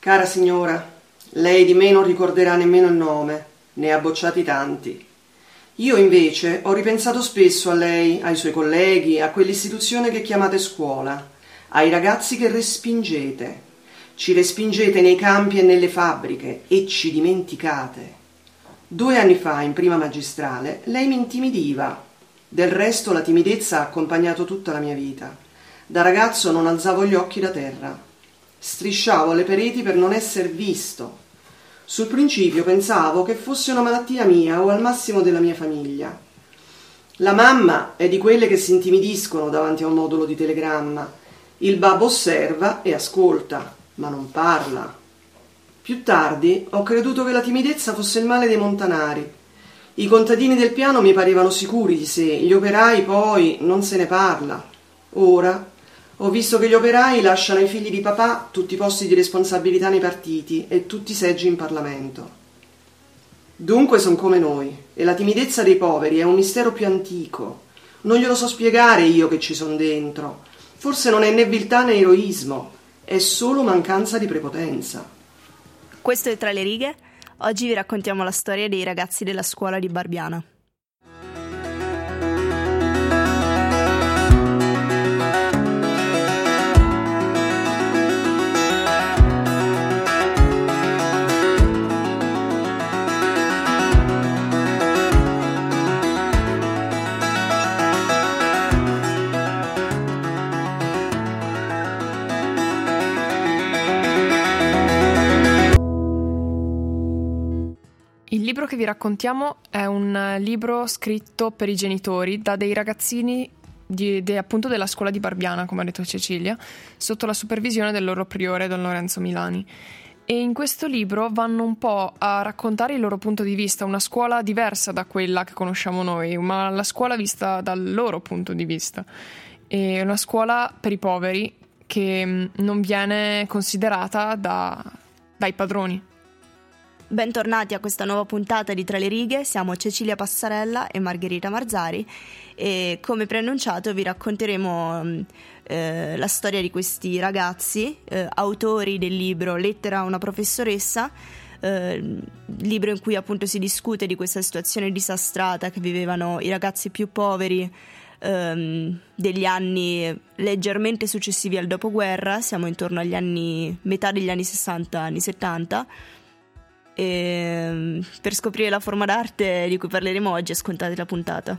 Cara signora, lei di me non ricorderà nemmeno il nome, ne ha bocciati tanti. Io invece ho ripensato spesso a lei, ai suoi colleghi, a quell'istituzione che chiamate scuola, ai ragazzi che respingete. Ci respingete nei campi e nelle fabbriche e ci dimenticate. 2 anni fa, in prima magistrale, lei mi intimidiva. Del resto la timidezza ha accompagnato tutta la mia vita. Da ragazzo non alzavo gli occhi da terra. Strisciavo alle pareti per non esser visto. Sul principio pensavo che fosse una malattia mia o al massimo della mia famiglia. La mamma è di quelle che si intimidiscono davanti a un modulo di telegramma. Il babbo osserva e ascolta, ma non parla. Più tardi ho creduto che la timidezza fosse il male dei montanari. I contadini del piano mi parevano sicuri di sé, gli operai poi non se ne parla. Ora ho visto che gli operai lasciano ai figli di papà tutti i posti di responsabilità nei partiti e tutti i seggi in Parlamento. Dunque son come noi, e la timidezza dei poveri è un mistero più antico. Non glielo so spiegare io che ci son dentro. Forse non è né viltà né eroismo, è solo mancanza di prepotenza. Questo è Tra le righe. Oggi vi raccontiamo la storia dei ragazzi della scuola di Barbiana. Il libro che vi raccontiamo è un libro scritto per i genitori da dei ragazzini appunto della scuola di Barbiana, come ha detto Cecilia, sotto la supervisione del loro priore, Don Lorenzo Milani. E in questo libro vanno un po' a raccontare il loro punto di vista, una scuola diversa da quella che conosciamo noi, ma la scuola vista dal loro punto di vista. È una scuola per i poveri che non viene considerata dai padroni. Bentornati a questa nuova puntata di Tra le righe, siamo Cecilia Passarella e Margherita Marzari e come preannunciato vi racconteremo la storia di questi ragazzi, autori del libro Lettera a una professoressa, libro in cui appunto si discute di questa situazione disastrata che vivevano i ragazzi più poveri degli anni leggermente successivi al dopoguerra. Siamo intorno agli anni, metà degli anni 60, anni 70. E per scoprire la forma d'arte di cui parleremo oggi, ascoltate la puntata.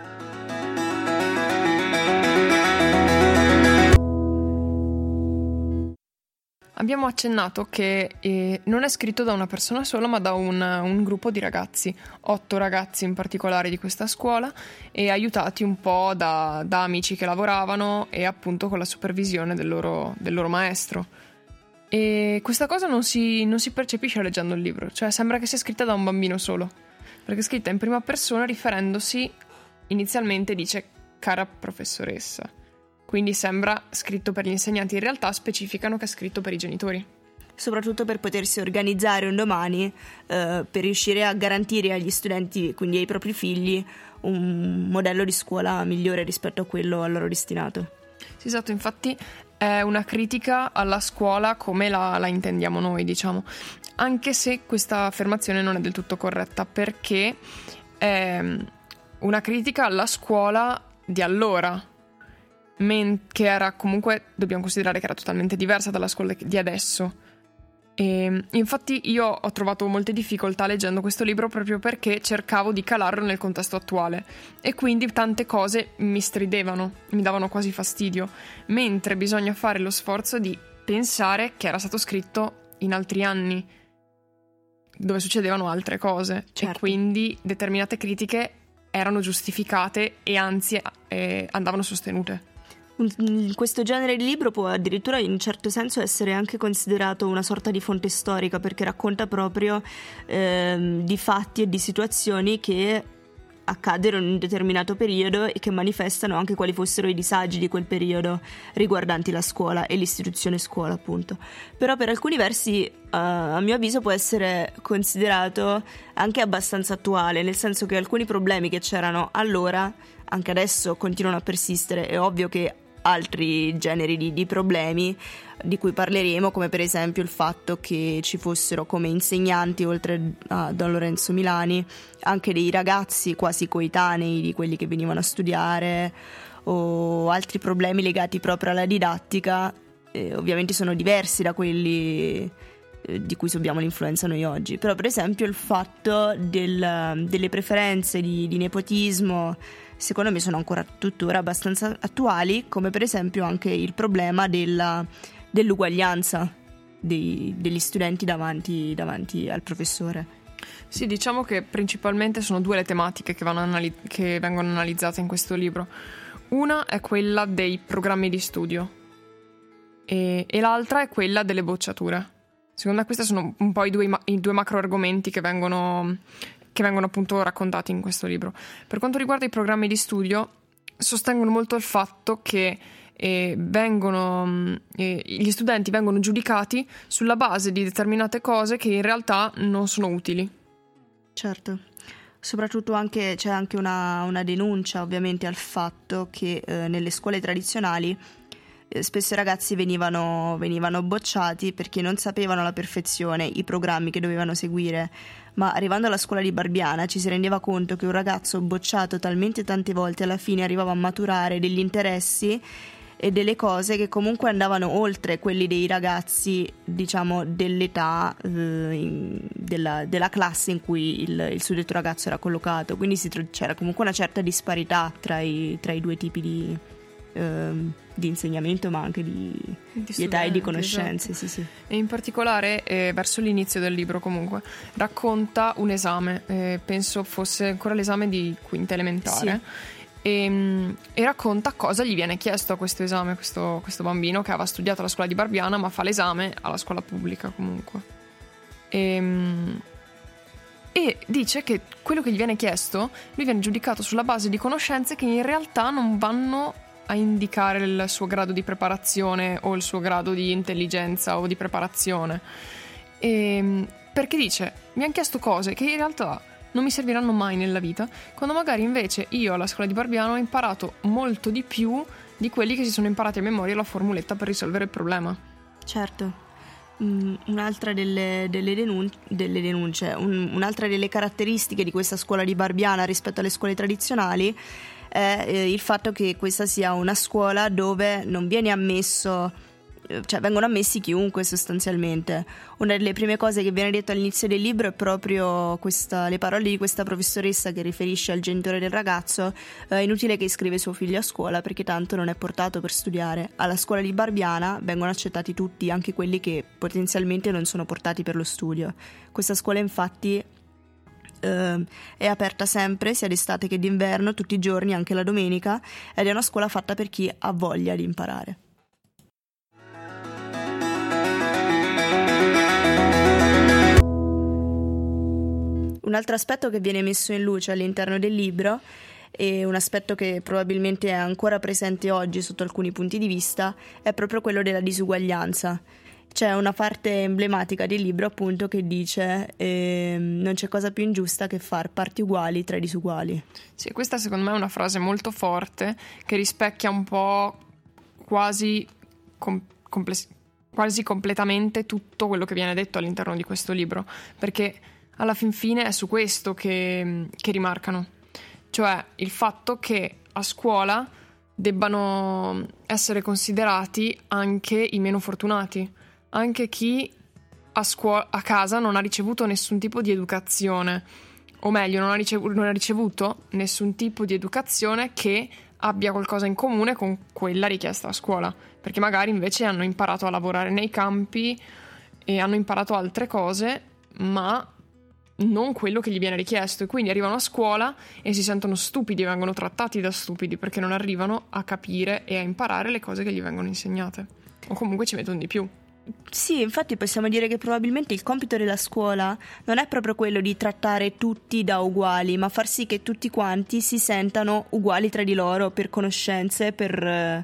Abbiamo accennato che non è scritto da una persona sola, ma da un gruppo di ragazzi, 8 ragazzi in particolare di questa scuola, e aiutati un po' da amici che lavoravano e appunto con la supervisione del loro maestro. E questa cosa non si percepisce leggendo il libro, cioè sembra che sia scritta da un bambino solo, perché è scritta in prima persona riferendosi, inizialmente dice cara professoressa, quindi sembra scritto per gli insegnanti, in realtà specificano che è scritto per i genitori. Soprattutto per potersi organizzare un domani per riuscire a garantire agli studenti, quindi ai propri figli, un modello di scuola migliore rispetto a quello a loro destinato. Sì, esatto, infatti è una critica alla scuola come la intendiamo noi, diciamo, anche se questa affermazione non è del tutto corretta, perché è una critica alla scuola di allora, che era comunque, dobbiamo considerare che era totalmente diversa dalla scuola di adesso. E infatti io ho trovato molte difficoltà leggendo questo libro proprio perché cercavo di calarlo nel contesto attuale e quindi tante cose mi stridevano, mi davano quasi fastidio, mentre bisogna fare lo sforzo di pensare che era stato scritto in altri anni dove succedevano altre cose. Certo. E quindi determinate critiche erano giustificate e anzi andavano sostenute. Questo genere di libro può addirittura in un certo senso essere anche considerato una sorta di fonte storica, perché racconta proprio di fatti e di situazioni che accaddero in un determinato periodo e che manifestano anche quali fossero i disagi di quel periodo riguardanti la scuola e l'istituzione scuola, appunto. Però per alcuni versi a mio avviso può essere considerato anche abbastanza attuale, nel senso che alcuni problemi che c'erano allora anche adesso continuano a persistere. È ovvio che altri generi di problemi di cui parleremo, come per esempio il fatto che ci fossero come insegnanti, oltre a Don Lorenzo Milani, anche dei ragazzi quasi coetanei di quelli che venivano a studiare, o altri problemi legati proprio alla didattica. Ovviamente sono diversi da quelli di cui subiamo l'influenza noi oggi, però per esempio il fatto delle preferenze di nepotismo secondo me sono ancora tuttora abbastanza attuali, come per esempio anche il problema dell'uguaglianza degli studenti davanti al professore. Sì, diciamo che principalmente sono due le tematiche che vengono analizzate in questo libro. Una è quella dei programmi di studio e l'altra è quella delle bocciature. Secondo me questi sono un po' i due macro argomenti che vengono appunto raccontati in questo libro. Per quanto riguarda i programmi di studio, sostengono molto il fatto che gli studenti vengono giudicati sulla base di determinate cose che in realtà non sono utili. Certo, soprattutto c'è anche una denuncia ovviamente al fatto che nelle scuole tradizionali spesso i ragazzi venivano bocciati perché non sapevano alla perfezione i programmi che dovevano seguire, ma arrivando alla scuola di Barbiana ci si rendeva conto che un ragazzo bocciato talmente tante volte alla fine arrivava a maturare degli interessi e delle cose che comunque andavano oltre quelli dei ragazzi, diciamo, dell'età della classe in cui il suddetto ragazzo era collocato, quindi c'era comunque una certa disparità tra i due tipi di insegnamento, ma anche di età e di conoscenze. Esatto. Sì. E in particolare verso l'inizio del libro comunque racconta un esame, penso fosse ancora l'esame di quinta elementare. Sì. E racconta cosa gli viene chiesto a questo esame, questo bambino che aveva studiato alla scuola di Barbiana ma fa l'esame alla scuola pubblica comunque, e dice che quello che gli viene chiesto lui viene giudicato sulla base di conoscenze che in realtà non vanno a indicare il suo grado di preparazione o il suo grado di intelligenza o di preparazione, perché dice mi hanno chiesto cose che in realtà non mi serviranno mai nella vita, quando magari invece io alla scuola di Barbiano ho imparato molto di più di quelli che si sono imparati a memoria la formuletta per risolvere il problema. Certo. Un'altra delle denunce, un'altra delle caratteristiche di questa scuola di Barbiana rispetto alle scuole tradizionali è il fatto che questa sia una scuola dove non viene ammesso, cioè vengono ammessi chiunque sostanzialmente. Una delle prime cose che viene detto all'inizio del libro è proprio le parole di questa professoressa che riferisce al genitore del ragazzo: è inutile che iscrive suo figlio a scuola perché tanto non è portato per studiare. Alla scuola di Barbiana vengono accettati tutti, anche quelli che potenzialmente non sono portati per lo studio. Questa scuola infatti è aperta sempre, sia d'estate che d'inverno, tutti i giorni, anche la domenica, ed è una scuola fatta per chi ha voglia di imparare. Un altro aspetto che viene messo in luce all'interno del libro, e un aspetto che probabilmente è ancora presente oggi sotto alcuni punti di vista, è proprio quello della disuguaglianza. C'è una parte emblematica del libro appunto che dice non c'è cosa più ingiusta che far parti uguali tra i disuguali. Sì, questa secondo me è una frase molto forte che rispecchia un po' quasi completamente tutto quello che viene detto all'interno di questo libro, perché alla fin fine è su questo che rimarcano, cioè il fatto che a scuola debbano essere considerati anche i meno fortunati, anche chi a casa non ha ricevuto nessun tipo di educazione, o meglio non ha ricevuto nessun tipo di educazione che abbia qualcosa in comune con quella richiesta a scuola, perché magari invece hanno imparato a lavorare nei campi e hanno imparato altre cose, ma non quello che gli viene richiesto, e quindi arrivano a scuola e si sentono stupidi, vengono trattati da stupidi perché non arrivano a capire e a imparare le cose che gli vengono insegnate, o comunque ci mettono di più. Sì, infatti possiamo dire che probabilmente il compito della scuola non è proprio quello di trattare tutti da uguali, ma far sì che tutti quanti si sentano uguali tra di loro per conoscenze, per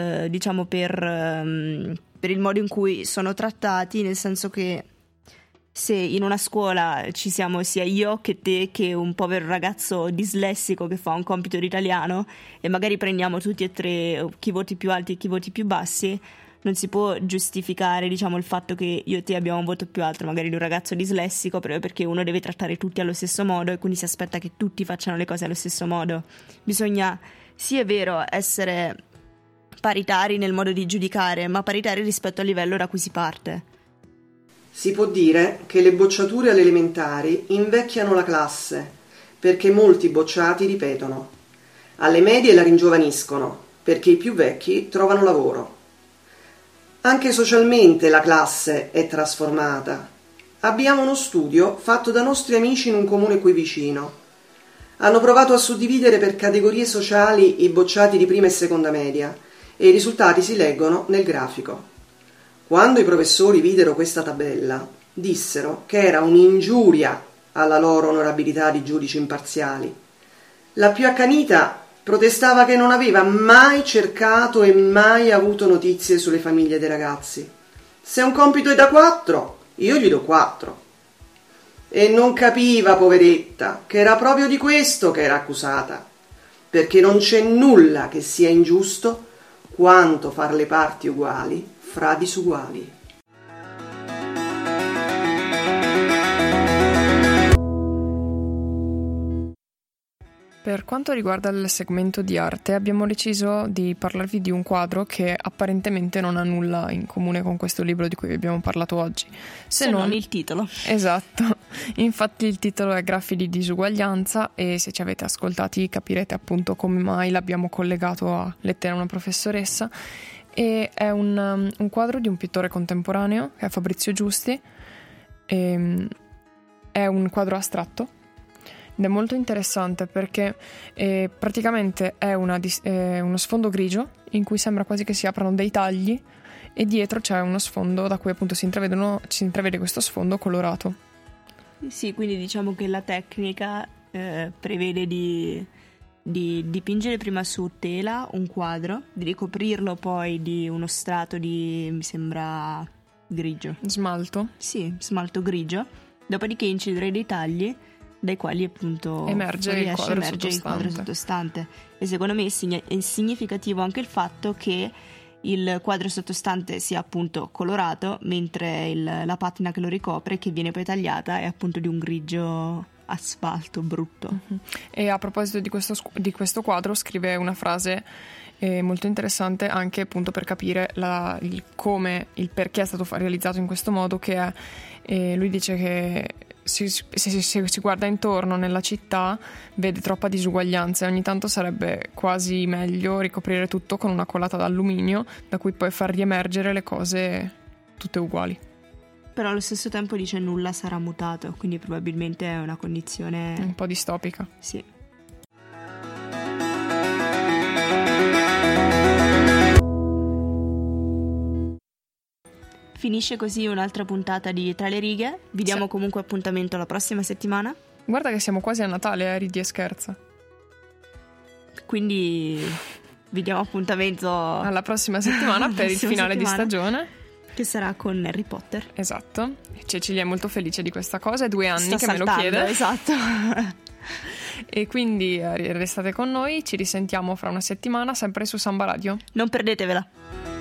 il modo in cui sono trattati, nel senso che se in una scuola ci siamo sia io che te che un povero ragazzo dislessico che fa un compito di italiano e magari prendiamo tutti e tre chi voti più alti e chi voti più bassi, non si può giustificare, diciamo, il fatto che io e te abbiamo un voto più alto magari di un ragazzo dislessico proprio perché uno deve trattare tutti allo stesso modo e quindi si aspetta che tutti facciano le cose allo stesso modo. Bisogna, sì è vero, essere paritari nel modo di giudicare, ma paritari rispetto al livello da cui si parte. Si può dire che le bocciature alle elementari invecchiano la classe, perché molti bocciati ripetono. Alle medie la ringiovaniscono, perché i più vecchi trovano lavoro. Anche socialmente la classe è trasformata. Abbiamo uno studio fatto da nostri amici in un comune qui vicino. Hanno provato a suddividere per categorie sociali i bocciati di prima e seconda media e i risultati si leggono nel grafico. Quando i professori videro questa tabella, dissero che era un'ingiuria alla loro onorabilità di giudici imparziali. La più accanita protestava che non aveva mai cercato e mai avuto notizie sulle famiglie dei ragazzi. Se un compito è da 4, io gli do 4. E non capiva, poveretta, che era proprio di questo che era accusata, perché non c'è nulla che sia ingiusto quanto far le parti uguali fra disuguali. Per quanto riguarda il segmento di arte, abbiamo deciso di parlarvi di un quadro che apparentemente non ha nulla in comune con questo libro di cui vi abbiamo parlato oggi. Se non il titolo. Esatto, infatti il titolo è Graffi di disuguaglianza e se ci avete ascoltati capirete appunto come mai l'abbiamo collegato a Lettera a una professoressa. E è un quadro di un pittore contemporaneo che è Fabrizio Giusti. È un quadro astratto ed è molto interessante perché praticamente è uno sfondo grigio in cui sembra quasi che si aprano dei tagli e dietro c'è uno sfondo da cui appunto si intravede questo sfondo colorato. Sì, quindi diciamo che la tecnica prevede di dipingere prima su tela un quadro, di ricoprirlo poi di uno strato di, mi sembra, grigio. Smalto? Sì, smalto grigio. Dopodiché incidere dei tagli dai quali appunto emerge il quadro sottostante. E secondo me è significativo anche il fatto che il quadro sottostante sia appunto colorato, mentre la patina che lo ricopre, che viene poi tagliata, è appunto di un grigio asfalto brutto. E a proposito di questo quadro scrive una frase molto interessante anche appunto per capire il perché è stato realizzato in questo modo, che è lui dice che se si guarda intorno nella città vede troppa disuguaglianza e ogni tanto sarebbe quasi meglio ricoprire tutto con una collata d'alluminio da cui poi far riemergere le cose tutte uguali. Però allo stesso tempo dice nulla sarà mutato, quindi probabilmente è una condizione un po' distopica. Sì. Finisce così un'altra puntata di Tra le righe. Vi diamo comunque appuntamento la prossima settimana. Guarda che siamo quasi a Natale, ridi e scherza. Quindi vi diamo appuntamento alla prossima settimana per il finale di stagione, che sarà con Harry Potter. Esatto. Cecilia è molto felice di questa cosa, è 2 anni che me lo chiede. Esatto. E quindi restate con noi, ci risentiamo fra una settimana sempre su Samba Radio. Non perdetevela.